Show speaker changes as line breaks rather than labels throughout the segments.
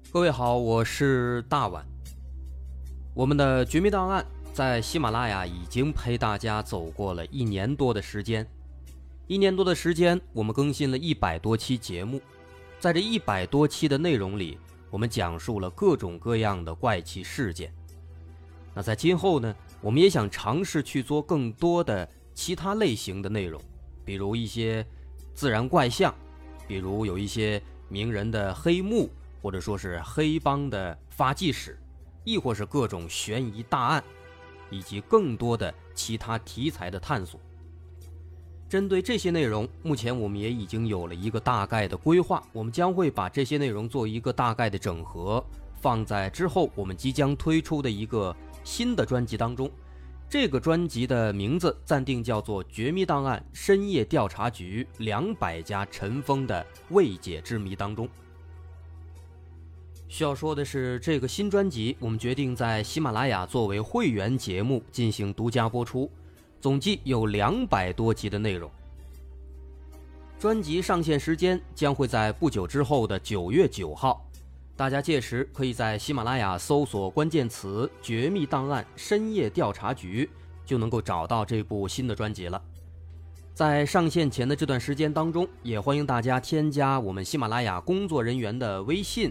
各位好，我是大碗。我们的绝密档案在喜马拉雅已经陪大家走过了1年多的时间。我们更新了100多期节目。在这100多期的内容里，我们讲述了各种各样的怪奇事件。那在今后呢，我们也想尝试去做更多的其他类型的内容，比如一些自然怪象，比如有一些名人的黑幕，或者说是黑帮的发迹史，亦或是各种悬疑大案，以及更多的其他题材的探索。针对这些内容，目前我们也已经有了一个大概的规划，我们将会把这些内容做一个大概的整合，放在之后我们即将推出的一个新的专辑当中。这个专辑的名字暂定叫做《绝密档案深夜调查局200家尘封的未解之谜》当中。需要说的是，这个新专辑我们决定在喜马拉雅作为会员节目进行独家播出，总计有200多集的内容。专辑上线时间将会在不久之后的9月9号，大家届时可以在喜马拉雅搜索关键词“绝密档案深夜调查局”，就能够找到这部新的专辑了。在上线前的这段时间当中，也欢迎大家添加我们喜马拉雅工作人员的微信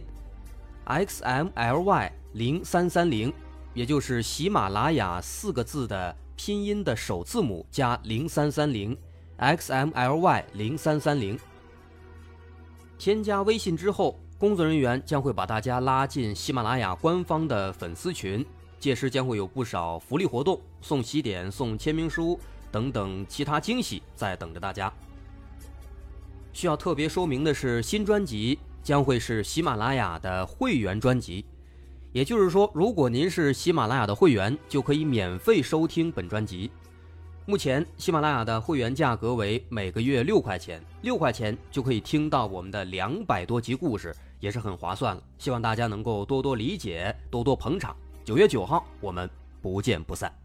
XMLY0330， 也就是喜马拉雅4个字的拼音的首字母加0330 XMLY0330。 添加微信之后，工作人员将会把大家拉进喜马拉雅官方的粉丝群，届时将会有不少福利活动，送喜点、送签名书等等其他惊喜在等着大家。需要特别说明的是，新专辑将会是喜马拉雅的会员专辑，也就是说，如果您是喜马拉雅的会员，就可以免费收听本专辑。目前喜马拉雅的会员价格为每个月6块钱，6块钱就可以听到我们的200多集故事，也是很划算了。希望大家能够多多理解，多多捧场。9月9号我们不见不散。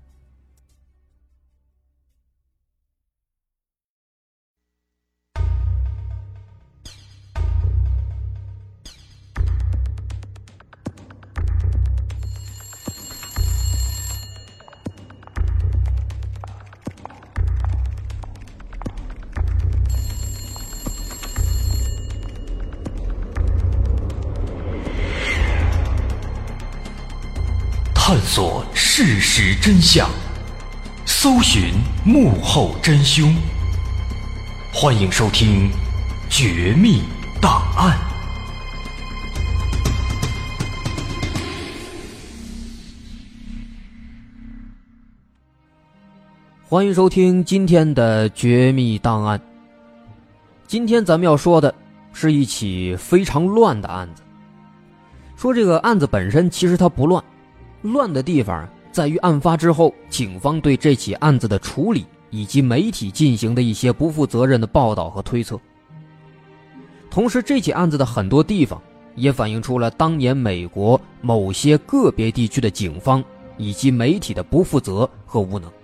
探索事实真相，搜寻幕后真凶。欢迎收听《绝密档案》。
欢迎收听今天的《绝密档案》。今天咱们要说的是一起非常乱的案子。说这个案子本身其实它不乱，乱的地方在于案发之后警方对这起案子的处理，以及媒体进行的一些不负责任的报道和推测。同时这起案子的很多地方也反映出了当年美国某些个别地区的警方以及媒体的不负责和无能。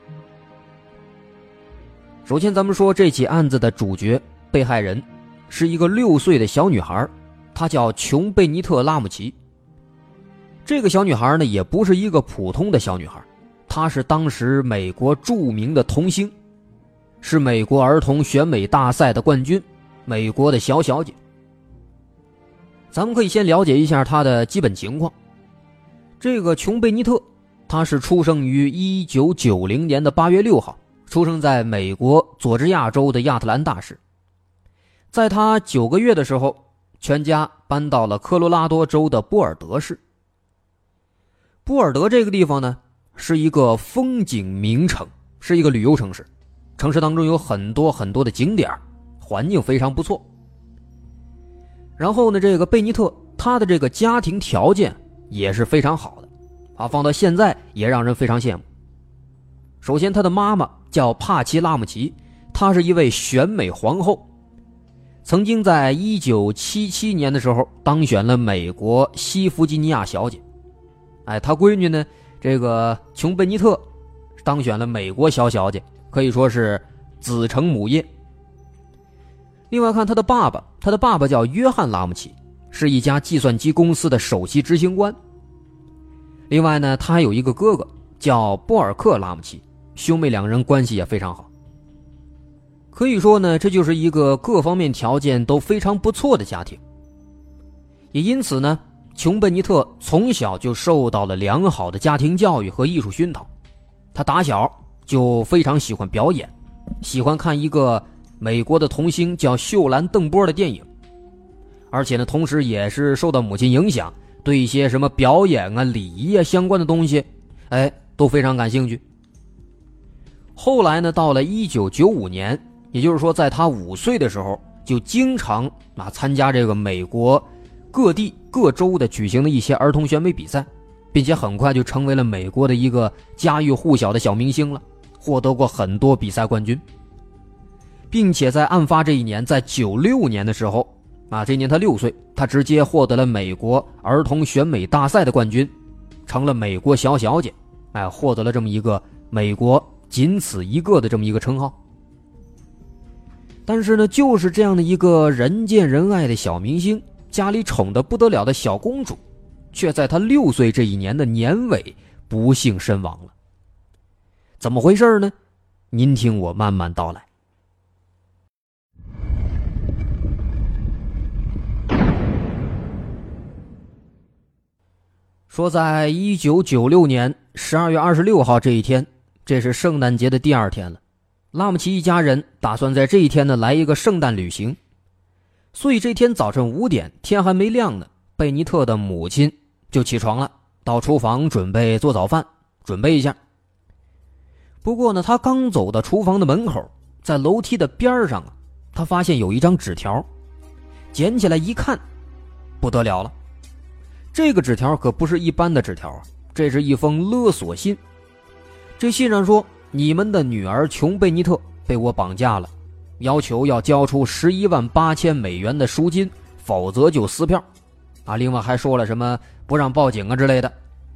首先咱们说这起案子的主角被害人是一个6岁的小女孩，她叫琼·贝尼特·拉姆齐。这个小女孩呢，也不是一个普通的小女孩，她是当时美国著名的童星，是美国儿童选美大赛的冠军，美国的小姐。咱们可以先了解一下她的基本情况。这个琼·贝尼特，她是出生于1990年的8月6号，出生在美国佐治亚州的亚特兰大市。在她9个月的时候，全家搬到了科罗拉多州的波尔德市。波尔德这个地方呢，是一个风景名城，是一个旅游城市，城市当中有很多的景点，环境非常不错。然后呢，这个贝尼特他的这个家庭条件也是非常好的啊，放到现在也让人非常羡慕。首先他的妈妈叫帕奇拉姆齐，她是一位选美皇后，曾经在1977年的时候当选了美国西弗吉尼亚小姐。她闺女呢，这个琼·贝尼特当选了美国小姐，可以说是子承母业。另外看他的爸爸叫约翰·拉姆齐， 是一家计算机公司的首席执行官。另外呢，他还有一个哥哥叫波尔克·拉姆齐，兄妹两人关系也非常好。可以说呢，这就是一个各方面条件都非常不错的家庭。也因此呢，琼·贝尼特从小就受到了良好的家庭教育和艺术熏陶。他打小就非常喜欢表演，喜欢看一个美国的童星叫秀兰·邓波的电影，而且呢，同时也是受到母亲影响，对一些什么表演啊、礼仪啊相关的东西，都非常感兴趣。后来呢，到了1995年，也就是说在他5岁的时候，就经常参加这个美国各地各州的举行的一些儿童选美比赛，并且很快就成为了美国的一个家喻户晓的小明星了，获得过很多比赛冠军。并且在案发这一年，在96年的时候这一年他6岁，他直接获得了美国儿童选美大赛的冠军，成了美国小小姐，获得了这么一个美国仅此一个的这么一个称号。但是呢，就是这样的一个人见人爱的小明星，家里宠得不得了的小公主，却在他6岁这一年的年尾不幸身亡了。怎么回事呢？您听我慢慢道来。说在1996年12月26号这一天，这是圣诞节的第2天了。拉姆齐一家人打算在这一天呢来一个圣诞旅行，所以这天早晨5点，天还没亮呢，贝尼特的母亲就起床了，到厨房准备做早饭，准备一下。不过呢，他刚走到厨房的门口，在楼梯的边上他发现有一张纸条，捡起来一看，不得了了。这个纸条可不是一般的纸条，这是一封勒索信。这信上说，你们的女儿琼·贝尼特被我绑架了，要求要交出118000美元的赎金，否则就撕票。另外还说了什么不让报警之类的。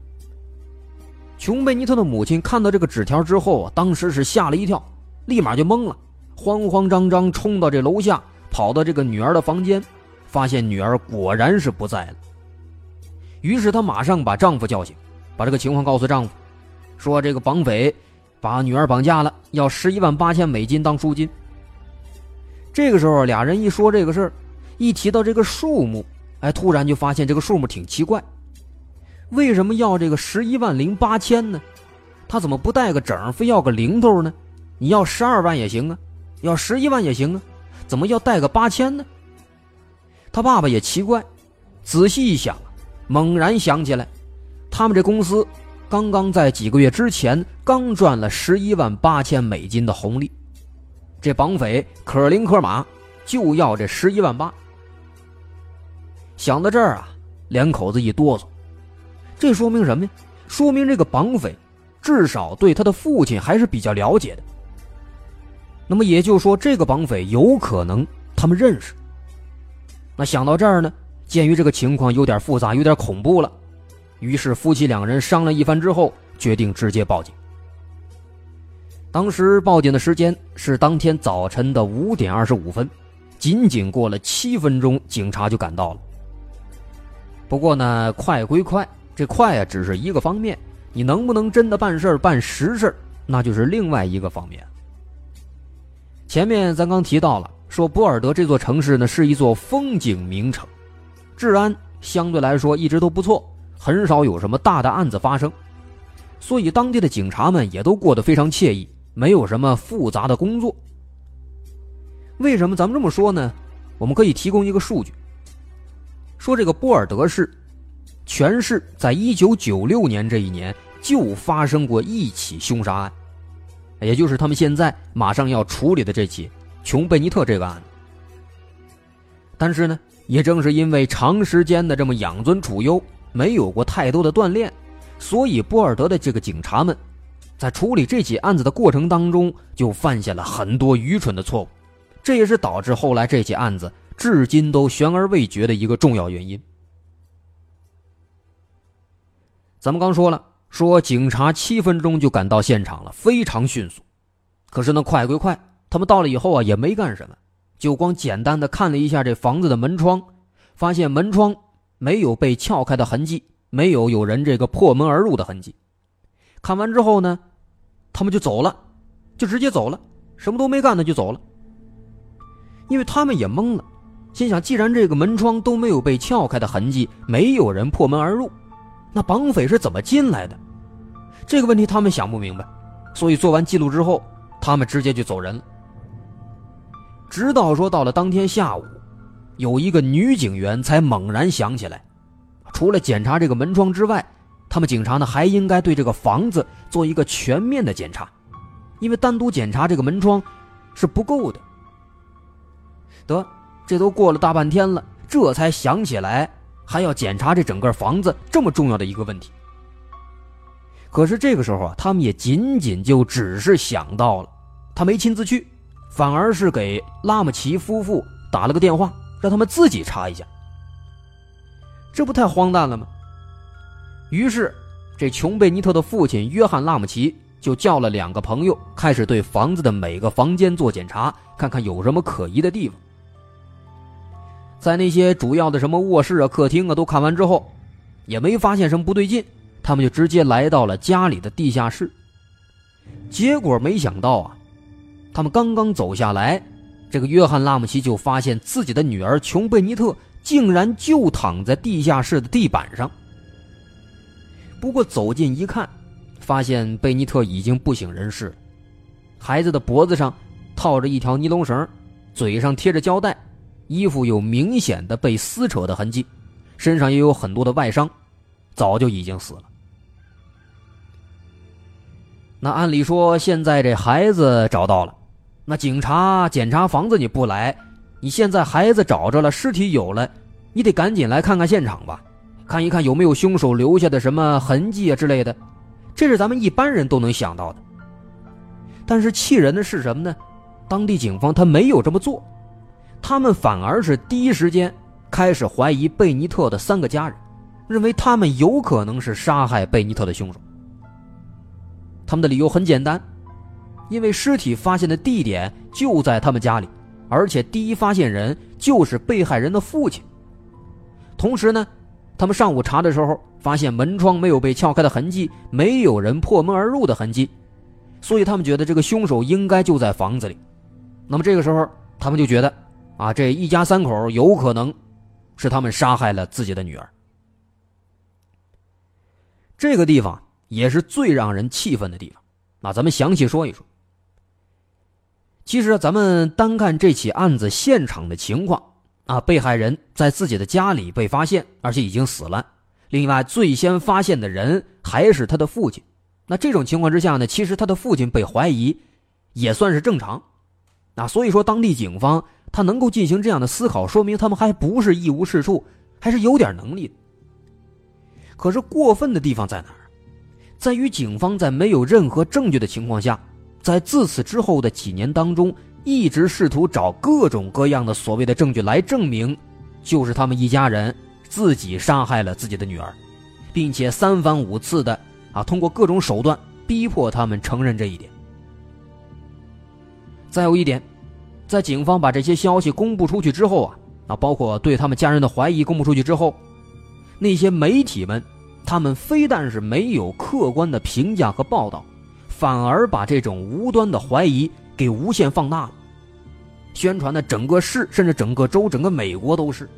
琼·贝尼特的母亲看到这个纸条之后当时是吓了一跳，立马就懵了，慌慌张张冲到这楼下，跑到这个女儿的房间，发现女儿果然是不在了。于是她马上把丈夫叫醒，把这个情况告诉丈夫，说这个绑匪把女儿绑架了，要118000美金当赎金。这个时候俩人一说这个事儿，一提到这个数目，突然就发现这个数目挺奇怪。为什么要这个118000呢？他怎么不带个整，非要个零头呢？你要12万也行啊，要11万也行啊，怎么要带个8000呢？他爸爸也奇怪，仔细一想，猛然想起来，他们这公司刚刚在几个月之前刚赚了118000美金的红利，这绑匪可灵可马，就要这118000。想到这儿两口子一哆嗦，这说明什么呀？说明这个绑匪至少对他的父亲还是比较了解的。那么也就是说，这个绑匪有可能他们认识。那想到这儿呢，鉴于这个情况有点复杂，有点恐怖了，于是夫妻两人商量一番之后，决定直接报警。当时报警的时间是当天早晨的5点25分，仅仅过了7分钟，警察就赶到了。不过呢，快归快，这快只是一个方面，你能不能真的办事办实事，那就是另外一个方面。前面咱刚提到了，说波尔德这座城市呢是一座风景名城，治安相对来说一直都不错，很少有什么大的案子发生，所以当地的警察们也都过得非常惬意，没有什么复杂的工作。为什么咱们这么说呢？我们可以提供一个数据，说这个波尔德市全市在1996年这一年就发生过1起凶杀案，也就是他们现在马上要处理的这起琼·贝尼特这个案子。但是呢，也正是因为长时间的这么养尊处优，没有过太多的锻炼，所以波尔德的这个警察们在处理这起案子的过程当中就犯下了很多愚蠢的错误，这也是导致后来这起案子至今都悬而未决的一个重要原因。咱们刚说了，说警察7分钟就赶到现场了，非常迅速。可是呢，快归快，他们到了以后也没干什么，就光简单的看了一下这房子的门窗， 发现门窗没有被撬开的痕迹，没有人这个破门而入的痕迹。看完之后呢，他们就走了，就直接走了，什么都没干的就走了。因为他们也懵了，心想既然这个门窗都没有被撬开的痕迹，没有人破门而入，那绑匪是怎么进来的？这个问题他们想不明白，所以做完记录之后，他们直接就走人了。直到说到了当天下午，有一个女警员才猛然想起来，除了检查这个门窗之外，他们警察呢还应该对这个房子做一个全面的检查，因为单独检查这个门窗是不够的。得，这都过了大半天了，这才想起来还要检查这整个房子这么重要的一个问题。可是这个时候啊，他们也仅仅就只是想到了，他没亲自去，反而是给拉姆齐夫妇打了个电话，让他们自己查一下。这不太荒诞了吗？于是这琼贝尼特的父亲约翰拉姆齐就叫了2个朋友，开始对房子的每个房间做检查，看看有什么可疑的地方。在那些主要的什么卧室啊、客厅啊都看完之后，也没发现什么不对劲，他们就直接来到了家里的地下室。结果没想到啊，他们刚刚走下来，这个约翰拉姆齐就发现自己的女儿琼贝尼特竟然就躺在地下室的地板上。不过走近一看，发现贝尼特已经不省人事了，孩子的脖子上套着一条尼龙绳，嘴上贴着胶带，衣服有明显的被撕扯的痕迹，身上也有很多的外伤，早就已经死了。那按理说现在这孩子找到了，那警察检查房子你不来，你现在孩子找着了，尸体有了，你得赶紧来看看现场吧，看一看有没有凶手留下的什么痕迹啊之类的，这是咱们一般人都能想到的。但是气人的是什么呢？当地警方他没有这么做，他们反而是第一时间开始怀疑贝尼特的3个家人，认为他们有可能是杀害贝尼特的凶手。他们的理由很简单，因为尸体发现的地点就在他们家里，而且第一发现人就是被害人的父亲。同时呢，他们上午查的时候发现门窗没有被撬开的痕迹，没有人破门而入的痕迹，所以他们觉得这个凶手应该就在房子里。那么这个时候他们就觉得啊，这一家3口有可能是他们杀害了自己的女儿。这个地方也是最让人气愤的地方，那咱们详细说一说。其实咱们单看这起案子现场的情况啊，被害人在自己的家里被发现，而且已经死了。另外最先发现的人还是他的父亲，那这种情况之下呢，其实他的父亲被怀疑也算是正常。那所以说当地警方他能够进行这样的思考，说明他们还不是一无是处，还是有点能力的。可是过分的地方在哪儿？在于警方在没有任何证据的情况下，在自此之后的几年当中，一直试图找各种各样的所谓的证据来证明就是他们一家人自己杀害了自己的女儿，并且3番5次的通过各种手段逼迫他们承认这一点。再有一点，在警方把这些消息公布出去之后包括对他们家人的怀疑公布出去之后，那些媒体们他们非但是没有客观的评价和报道，反而把这种无端的怀疑给无限放大了，宣传的整个市甚至整个州整个美国都是。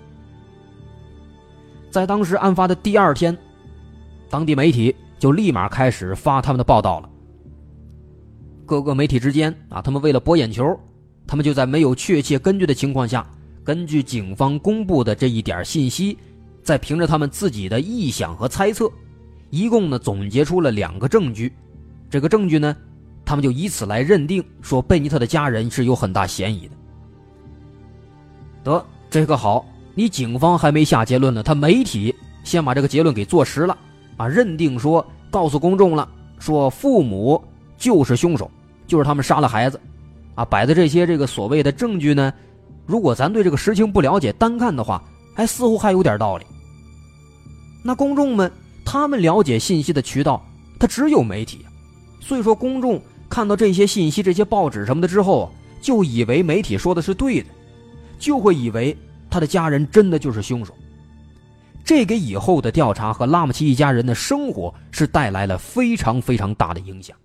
在当时案发的第2天，当地媒体就立马开始发他们的报道了。各个媒体之间他们为了博眼球，他们就在没有确切根据的情况下，根据警方公布的这一点信息，再凭着他们自己的臆想和猜测，一共呢总结出了2个证据。这个证据呢，他们就以此来认定说贝尼特的家人是有很大嫌疑的。得，这个好，你警方还没下结论呢，他媒体先把这个结论给坐实了认定说告诉公众了，说父母就是凶手，就是他们杀了孩子摆的这个所谓的证据呢，如果咱对这个实情不了解，单看的话似乎还有点道理。那公众们他们了解信息的渠道他只有媒体，所以说公众看到这些信息这些报纸什么的之后就以为媒体说的是对的，就会以为他的家人真的就是凶手。这给以后的调查和拉姆齐一家人的生活是带来了非常非常大的影响。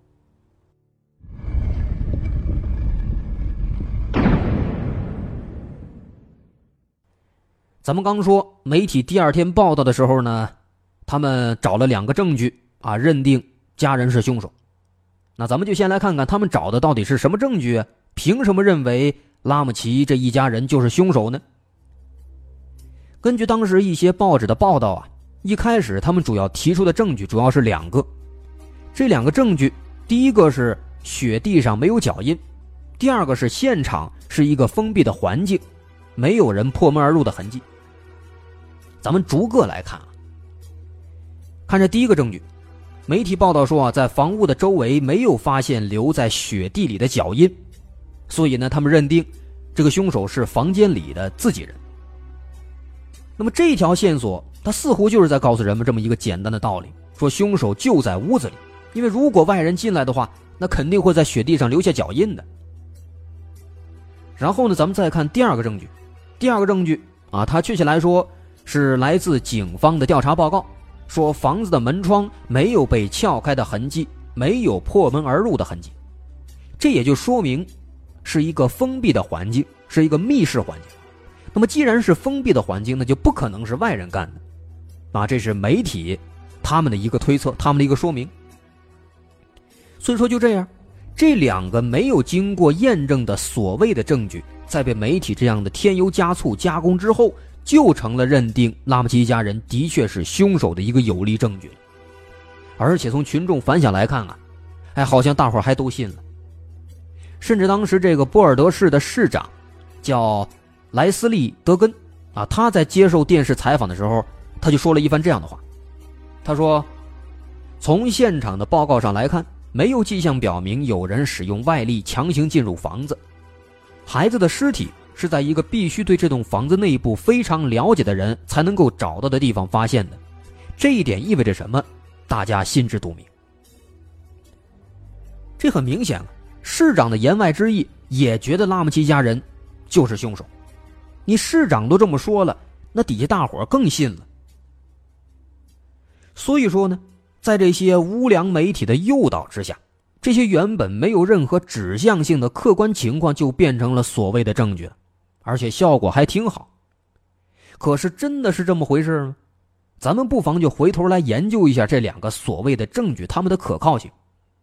咱们刚说媒体第二天报道的时候呢，他们找了2个证据啊，认定家人是凶手。那咱们就先来看看他们找的到底是什么证据啊？凭什么认为拉姆齐这一家人就是凶手呢？根据当时一些报纸的报道啊，一开始他们主要提出的证据主要是2个。这2个证据，第一个是雪地上没有脚印，第二个是现场是一个封闭的环境，没有人破门而入的痕迹。咱们逐个来看啊。看这第一个证据，媒体报道说啊，在房屋的周围没有发现留在雪地里的脚印，所以呢，他们认定这个凶手是房间里的自己人。那么这条线索，它似乎就是在告诉人们这么一个简单的道理，说凶手就在屋子里，因为如果外人进来的话，那肯定会在雪地上留下脚印的。然后呢，咱们再看第二个证据。第二个证据啊，它确切来说是来自警方的调查报告，说房子的门窗没有被撬开的痕迹，没有破门而入的痕迹。这也就说明是一个封闭的环境，是一个密室环境。那么既然是封闭的环境，那就不可能是外人干的啊，这是媒体他们的一个推测，他们的一个说明。所以说就这样，这2个没有经过验证的所谓的证据，在被媒体这样的添油加醋加工之后，就成了认定拉姆齐一家人的确是凶手的一个有力证据。而且从群众反响来看啊，好像大伙还都信了。甚至当时这个波尔德市的市长叫莱斯利·德根啊，他在接受电视采访的时候，他就说了一番这样的话。他说，从现场的报告上来看，没有迹象表明有人使用外力强行进入房子。孩子的尸体是在一个必须对这栋房子内部非常了解的人才能够找到的地方发现的。这一点意味着什么？大家心知肚明。这很明显了，市长的言外之意也觉得拉姆齐家人就是凶手。你市长都这么说了，那底下大伙更信了。所以说呢，在这些无良媒体的诱导之下，这些原本没有任何指向性的客观情况就变成了所谓的证据了，而且效果还挺好。可是真的是这么回事吗？咱们不妨就回头来研究一下这2个所谓的证据，它们的可靠性。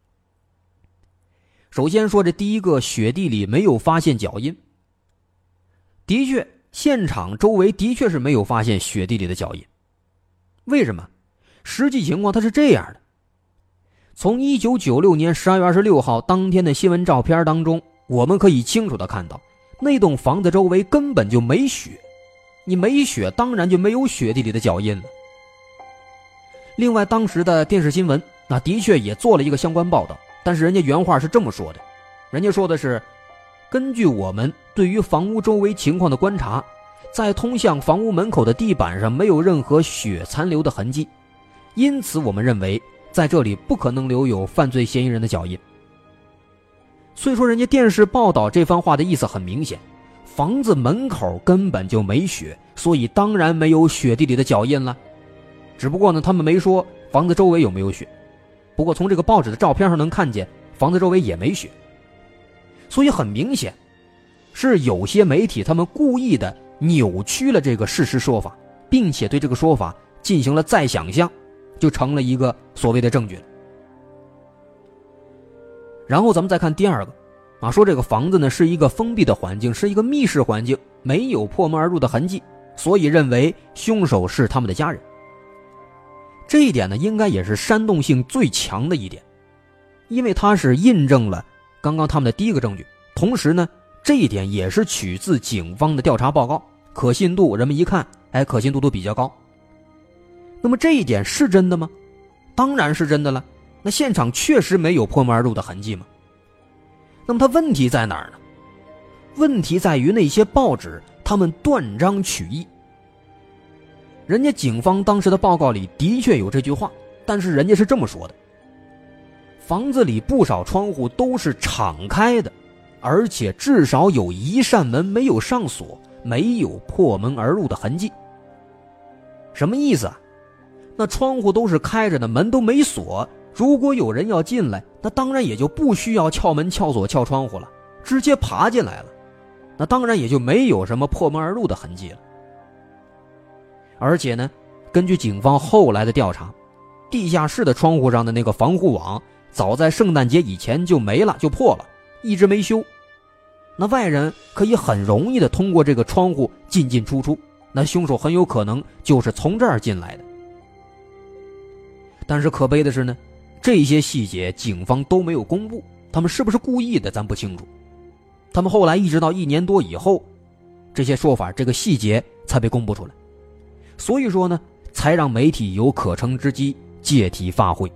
首先说这第一个，雪地里没有发现脚印。的确，现场周围的确是没有发现雪地里的脚印。为什么？实际情况它是这样的。从1996年12月26号当天的新闻照片当中，我们可以清楚地看到，那栋房子周围根本就没雪。你没雪，当然就没有雪地里的脚印了。另外，当时的电视新闻那的确也做了一个相关报道，但是人家原话是这么说的，人家说的是，根据我们对于房屋周围情况的观察，在通向房屋门口的地板上没有任何血残留的痕迹，因此我们认为在这里不可能留有犯罪嫌疑人的脚印。所以说人家电视报道这番话的意思很明显，房子门口根本就没雪，所以当然没有雪地里的脚印了。只不过呢，他们没说房子周围有没有雪，不过从这个报纸的照片上能看见房子周围也没雪。所以很明显是有些媒体他们故意的扭曲了这个事实说法，并且对这个说法进行了再想象，就成了一个所谓的证据了。然后咱们再看第二个说这个房子呢是一个封闭的环境，是一个密室环境，没有破门而入的痕迹，所以认为凶手是他们的家人。这一点呢应该也是煽动性最强的一点，因为它是印证了刚刚他们的第一个证据，同时呢这一点也是取自警方的调查报告，可信度人们一看可信度都比较高。那么这一点是真的吗？当然是真的了，那现场确实没有破门而入的痕迹吗？那么它问题在哪儿呢？问题在于那些报纸他们断章取义。人家警方当时的报告里的确有这句话，但是人家是这么说的：房子里不少窗户都是敞开的，而且至少有一扇门没有上锁，
没有破门而入的痕迹。什么意思啊？那窗户都是开着的，门都没锁，如果有人要进来，那当然也就不需要撬门撬锁撬窗户了，直接爬进来了，那当然也就没有什么破门而入的痕迹了。而且呢，根据警方后来的调查，地下室的窗户上的那个防护网早在圣诞节以前就没了，就破了，一直没修。那外人可以很容易的通过这个窗户进进出出，那凶手很有可能就是从这儿进来的。但是可悲的是呢，这些细节警方都没有公布，他们是不是故意的咱不清楚。他们后来一直到1年多以后，这些说法这个细节才被公布出来，所以说呢，才让媒体有可乘之机借题发挥。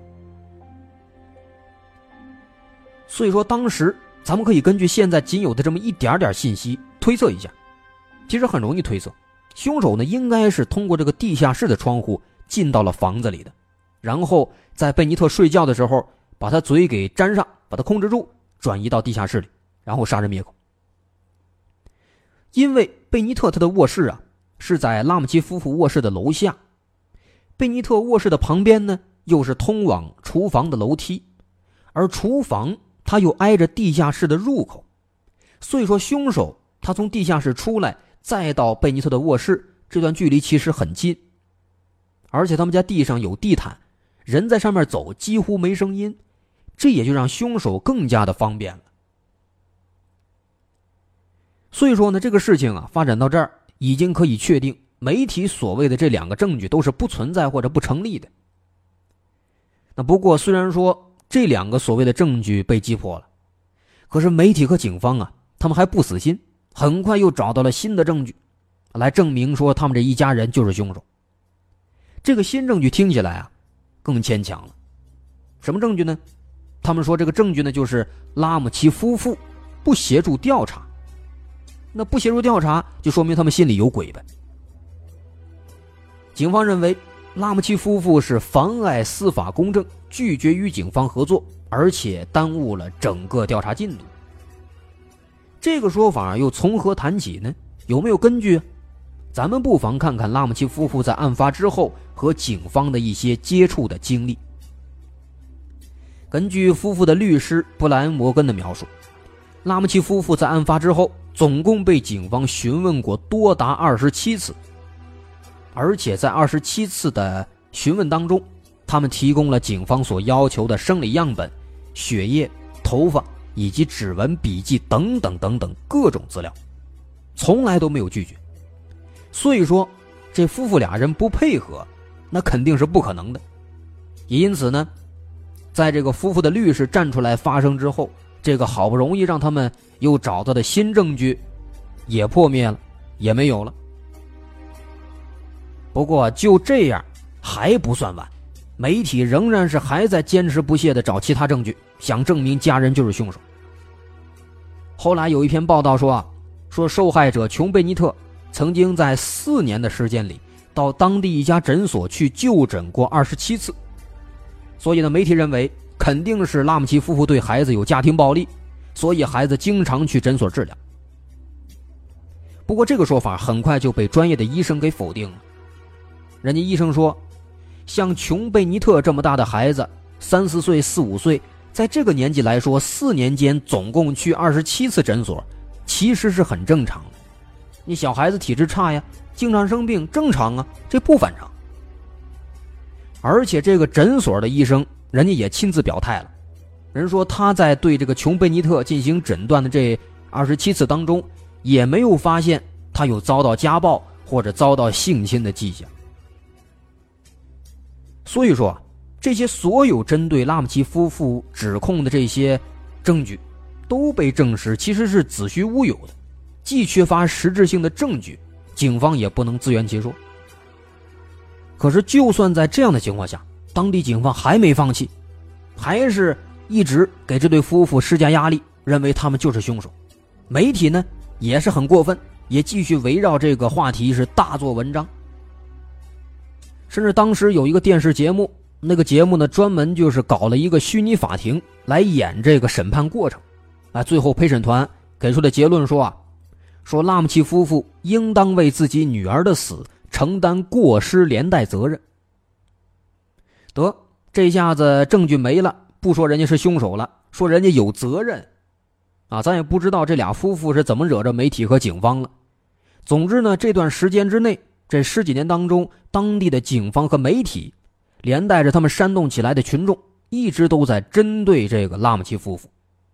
所以说当时咱们可以根据现在仅有的这么一点点信息推测一下，其实很容易推测，凶手呢应该是通过这个地下室的窗户进到了房子里的，然后在贝尼特睡觉的时候把他嘴给粘上，把他控制住，转移到地下室里，然后杀人灭口。因为贝尼特他的卧室啊是在拉姆齐夫妇卧室的楼下，贝尼特卧室的旁边呢又是通往厨房的楼梯，而厨房它又挨着地下室的入口，所以说凶手他从地下室出来再到贝尼特的卧室，这段距离其实很近，而且他们家地上有地毯，人在上面走几乎没声音，这也就让凶手更加的方便了。所以说呢，这个事情啊发展到这儿，已经可以确定媒体所谓的这两个证据都是不存在或者不成立的。那不过虽然说这两个所谓的证据被击破了，可是媒体和警方啊，他们还不死心，很快又找到了新的证据来证明说他们这一家人就是凶手。这个新证据听起来啊更牵强了。什么证据呢？他们说这个证据呢就是拉姆齐夫妇不协助调查。那不协助调查就说明他们心里有鬼呗。警方认为拉姆齐夫妇是妨碍司法公正，拒绝与警方合作，而且耽误了整个调查进度。这个说法又从何谈起呢？有没有根据？咱们不妨看看拉姆齐夫妇在案发之后和警方的一些接触的经历。根据夫妇的律师布莱恩·摩根的描述，拉姆齐夫妇在案发之后总共被警方询问过多达27次，而且在27次的询问当中，他们提供了警方所要求的生理样本、血液、头发以及指纹、笔记等等等等各种资料，从来都没有拒绝。所以说这夫妇俩人不配合那肯定是不可能的。也因此呢，在这个夫妇的律师站出来发声之后，这个好不容易让他们又找到的新证据也破灭了，也没有了。不过就这样还不算完，媒体仍然是还在坚持不懈地找其他证据，想证明家人就是凶手。后来有一篇报道说受害者琼贝尼特曾经在4年的时间里到当地一家诊所去就诊过27次，所以呢，媒体认为肯定是拉姆齐夫妇对孩子有家庭暴力，所以孩子经常去诊所治疗。不过这个说法很快就被专业的医生给否定了。人家医生说，像琼贝尼特这么大的孩子，3、4岁、4、5岁，在这个年纪来说，4年间总共去27次诊所，其实是很正常的。你小孩子体质差呀，经常生病，正常啊，这不反常。而且这个诊所的医生人家也亲自表态了，人说他在对这个琼贝尼特进行诊断的这27次当中，也没有发现他有遭到家暴或者遭到性侵的迹象。所以说这些所有针对拉姆齐夫妇指控的这些证据都被证实其实是子虚乌有的，既缺乏实质性的证据，警方也不能自圆其说。可是就算在这样的情况下，当地警方还没放弃，还是一直给这对夫妇施加压力，认为他们就是凶手。媒体呢也是很过分，也继续围绕这个话题是大做文章。甚至当时有一个电视节目，那个节目呢专门就是搞了一个虚拟法庭来演这个审判过程。最后陪审团给出的结论说说拉姆齐夫妇应当为自己女儿的死承担过失连带责任。得，这下子证据没了，不说人家是凶手了，说人家有责任啊，咱也不知道这俩夫妇是怎么惹着媒体和警方了。总之呢，这段时间之内，这10几年当中，当地的警方和媒体连带着他们煽动起来的群众一直都在针对这个拉姆齐夫妇。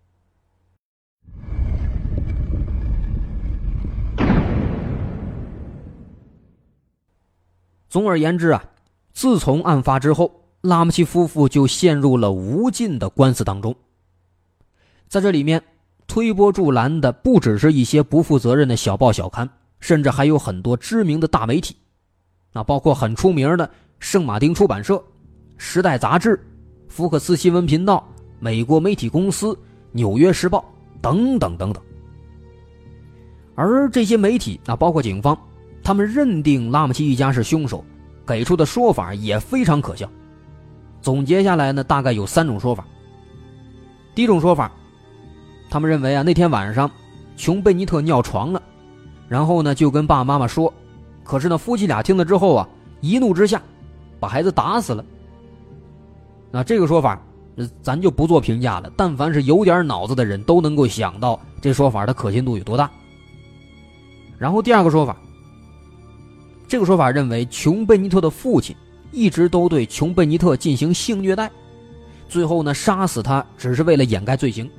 总而言之啊，自从案发之后，拉姆齐夫妇就陷入了无尽的官司当中。在这里面推波助澜的不只是一些不负责任的小报小刊，甚至还有很多知名的大媒体，包括很出名的圣马丁出版社、时代杂志、福克斯新闻频道、美国媒体公司、纽约时报等等等等。而这些媒体包括警方，他们认定拉姆齐一家是凶手，给出的说法也非常可笑。总结下来呢，大概有3种说法。第一种说法，他们认为那天晚上琼贝尼特尿床了，然后呢就跟爸爸妈妈说，可是呢夫妻俩听了之后一怒之下把孩子打死了。那这个说法咱就不做评价了，但凡是有点脑子的人都能够想到这说法的可信度有多大。然后第二个说法，这个说法认为琼贝尼特的父亲一直都对琼贝尼特进行性虐待，最后呢杀死他只是为了掩盖罪行。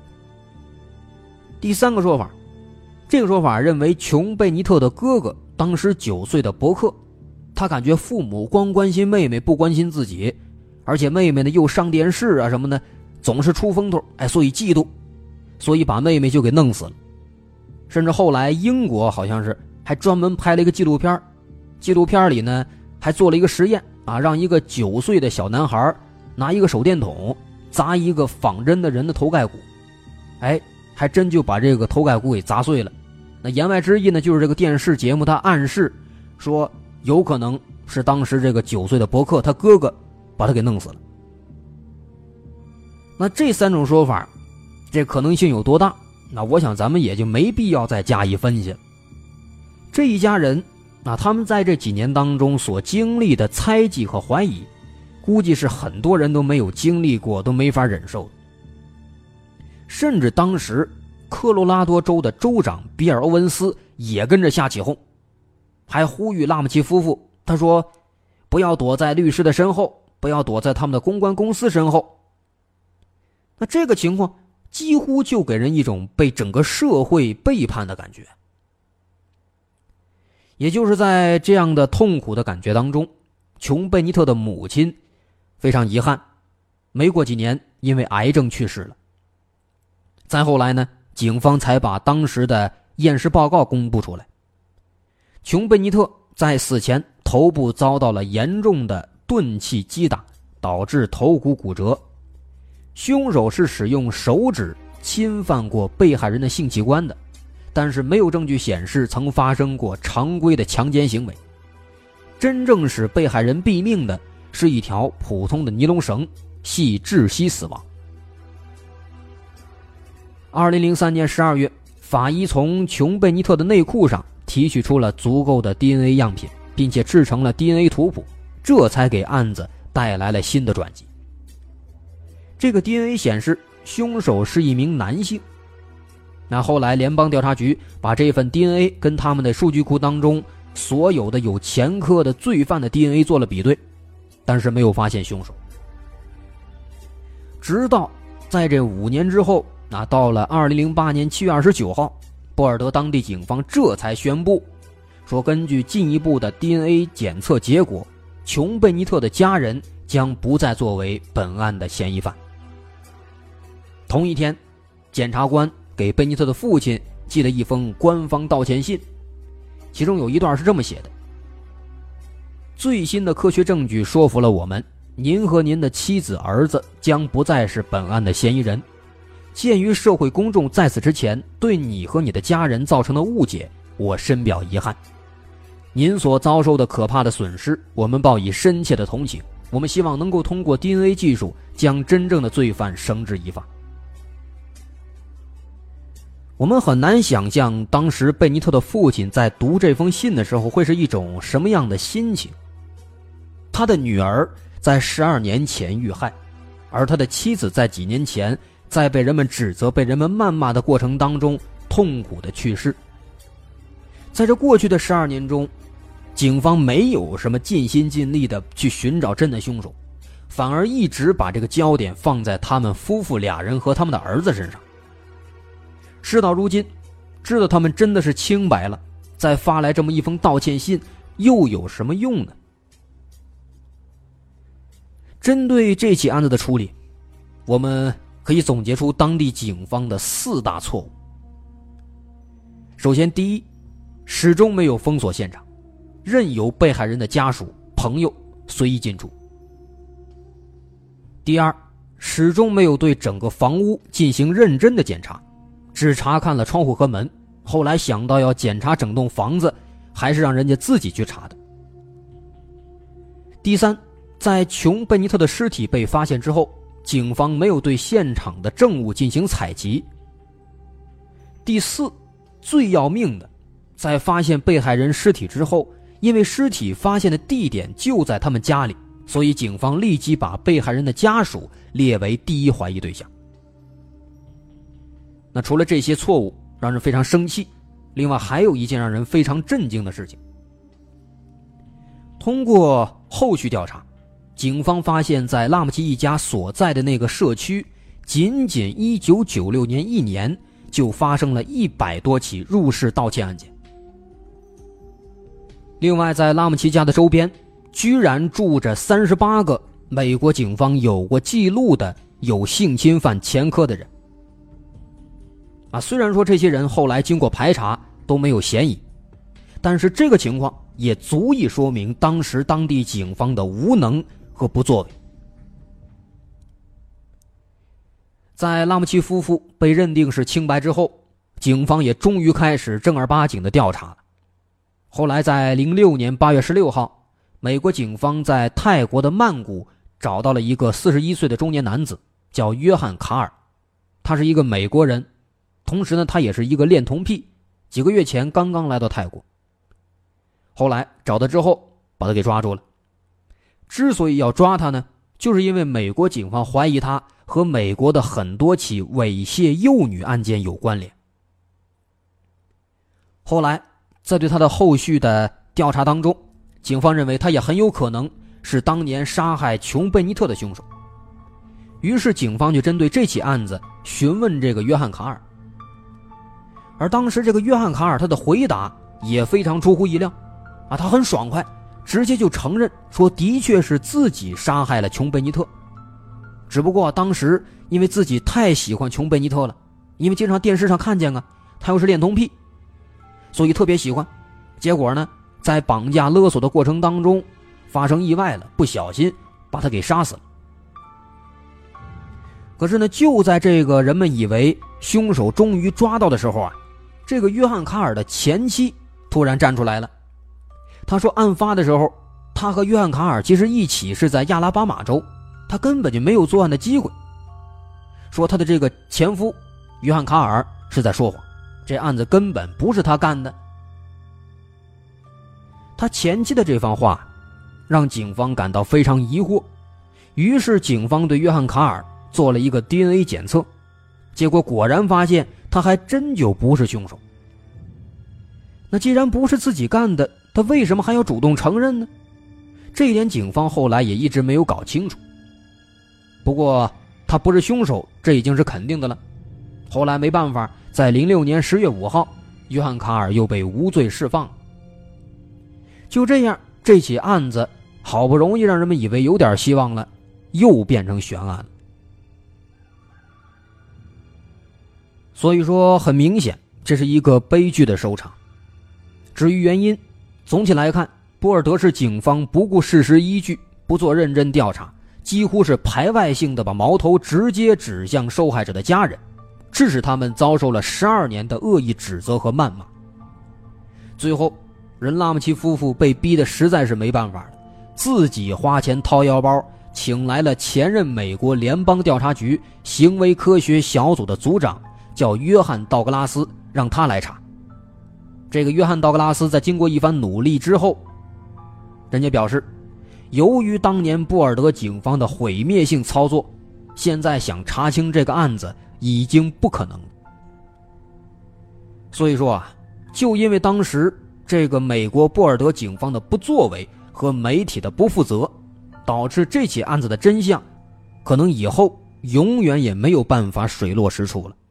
第三个说法，这个说法认为琼贝尼特的哥哥当时9岁的伯克，他感觉父母光关心妹妹不关心自己，而且妹妹呢又上电视什么的，总是出风头，所以嫉妒，所以把妹妹就给弄死了。甚至后来英国好像是还专门拍了一个纪录片，纪录片里呢还做了一个实验让一个9岁的小男孩拿一个手电筒砸一个仿真的人的头盖骨，还真就把这个头盖骨给砸碎了。那言外之意呢，就是这个电视节目它暗示说有可能是当时这个9岁的伯克他哥哥把他给弄死了。那这3种说法这可能性有多大，那我想咱们也就没必要再加以分析了。这一家人他们在这几年当中所经历的猜忌和怀疑，估计是很多人都没有经历过，都没法忍受的。甚至当时科罗拉多州的州长比尔·欧文斯也跟着下起哄，还呼吁拉姆齐夫妇，他说不要躲在律师的身后，不要躲在他们的公关公司身后。那这个情况几乎就给人一种被整个社会背叛的感觉。也就是在这样的痛苦的感觉当中，琼贝尼特的母亲非常遗憾，没过几年因为癌症去世了。再后来呢，警方才把当时的验尸报告公布出来。琼贝尼特在死前头部遭到了严重的钝器击打，导致头骨骨折。凶手是使用手指侵犯过被害人的性器官的，但是没有证据显示曾发生过常规的强奸行为。真正使被害人毙命的是一条普通的尼龙绳，系窒息死亡。2003年12月，法医从琼贝尼特的内裤上提取出了足够的 DNA 样品，并且制成了 DNA 图谱，这才给案子带来了新的转机。这个 DNA 显示凶手是一名男性。那后来联邦调查局把这份 DNA 跟他们的数据库当中所有的有前科的罪犯的 DNA 做了比对，但是没有发现凶手。直到在这5年之后，到了2008年7月29号，波尔德当地警方这才宣布说，根据进一步的 DNA 检测结果，琼贝尼特的家人将不再作为本案的嫌疑犯。同一天，检察官给贝尼特的父亲寄了一封官方道歉信，其中有一段是这么写的：最新的科学证据说服了我们，您和您的妻子儿子将不再是本案的嫌疑人。鉴于社会公众在此之前对你和你的家人造成的误解，我深表遗憾。您所遭受的可怕的损失，我们报以深切的同情。我们希望能够通过 DNA 技术将真正的罪犯绳之以法。 我们很难想象当时贝尼特的父亲在读这封信的时候会是一种什么样的心情。他的女儿在12年前遇害，而他的妻子在几年前在被人们指责、被人们谩骂的过程当中痛苦的去世。在这过去的12年中，警方没有什么尽心尽力的去寻找真的凶手，反而一直把这个焦点放在他们夫妇俩人和他们的儿子身上。事到如今，知道他们真的是清白了，再发来这么一封道歉信又有什么用呢？针对这起案子的处理，我们可以总结出当地警方的4大错误。首先，第一，始终没有封锁现场，任由被害人的家属、朋友随意进出。第二，始终没有对整个房屋进行认真的检查，只查看了窗户和门，后来想到要检查整栋房子，还是让人家自己去查的。第三，在琼·贝尼特的尸体被发现之后，警方没有对现场的证物进行采集。第四，最要命的，在发现被害人尸体之后，因为尸体发现的地点就在他们家里，所以警方立即把被害人的家属列为第一怀疑对象。那除了这些错误让人非常生气，另外还有一件让人非常震惊的事情。通过后续调查，警方发现在拉姆齐一家所在的那个社区，仅仅1996年1年就发生了100多起入室盗窃案件。另外，在拉姆齐家的周边居然住着38个美国警方有过记录的有性侵犯前科的人。虽然说这些人后来经过排查都没有嫌疑，但是这个情况也足以说明当时当地警方的无能和不作为。在拉姆齐夫妇被认定是清白之后，警方也终于开始正儿八经的调查了。后来在06年8月16号，美国警方在泰国的曼谷找到了一个41岁的中年男子，叫约翰·卡尔。他是一个美国人，同时呢，他也是一个恋童癖，几个月前刚刚来到泰国。后来找他之后，把他给抓住了。之所以要抓他呢，就是因为美国警方怀疑他和美国的很多起猥亵幼女案件有关联。后来在对他的后续的调查当中，警方认为他也很有可能是当年杀害琼·贝尼特的凶手。于是警方就针对这起案子询问这个约翰·卡尔。而当时这个约翰·卡尔他的回答也非常出乎意料他很爽快，直接就承认说的确是自己杀害了琼·贝尼特。只不过当时因为自己太喜欢琼·贝尼特了，因为经常电视上看见他又是恋童癖，所以特别喜欢。结果呢，在绑架勒索的过程当中发生意外了，不小心把他给杀死了。可是呢，就在这个人们以为凶手终于抓到的时候这个约翰·卡尔的前妻突然站出来了。他说案发的时候，他和约翰·卡尔其实一起是在亚拉巴马州，他根本就没有作案的机会。说他的这个前夫约翰·卡尔是在说谎，这案子根本不是他干的。他前妻的这番话让警方感到非常疑惑，于是警方对约翰·卡尔做了一个 DNA 检测，结果果然发现他还真就不是凶手。那既然不是自己干的，他为什么还要主动承认呢？这一点警方后来也一直没有搞清楚。不过他不是凶手，这已经是肯定的了。后来没办法，在06年10月5号，约翰·卡尔又被无罪释放。就这样，这起案子好不容易让人们以为有点希望了，又变成悬案了。所以说很明显，这是一个悲剧的收场。至于原因，总体来看，波尔德市警方不顾事实依据，不做认真调查，几乎是排外性的把矛头直接指向受害者的家人，致使他们遭受了12年的恶意指责和谩骂。最后人拉姆齐夫妇被逼得实在是没办法了，自己花钱掏腰包，请来了前任美国联邦调查局行为科学小组的组长， 叫约翰·道格拉斯，让他来查。这个约翰·道格拉斯在经过一番努力之后，人家表示，由于当年波尔德警方的毁灭性操作，现在想查清这个案子已经不可能了。所以说啊，就因为当时这个美国波尔德警方的不作为和媒体的不负责，导致这起案子的真相可能以后永远也没有办法水落石出了。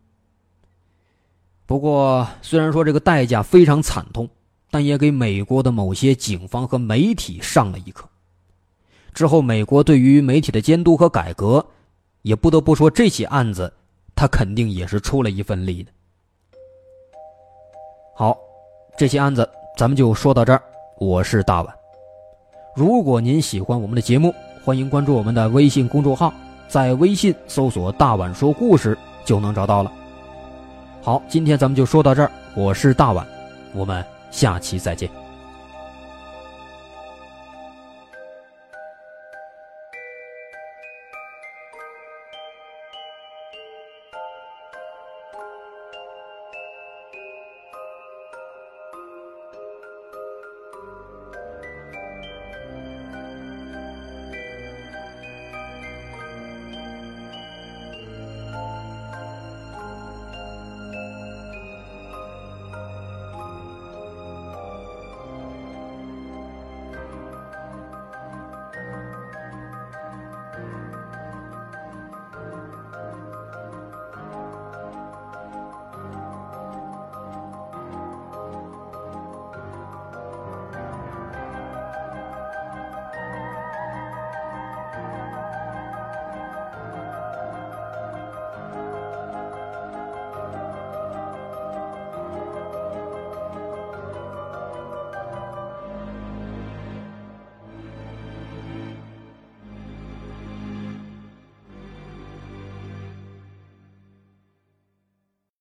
不过虽然说这个代价非常惨痛，但也给美国的某些警方和媒体上了一课。之后美国对于媒体的监督和改革，也不得不说这起案子他肯定也是出了一份力的。好，这起案子咱们就说到这儿，我是大碗。如果您喜欢我们的节目，欢迎关注我们的微信公众号，在微信搜索大碗说故事就能找到了。好，今天咱们就说到这儿，我是大碗，我们下期再见。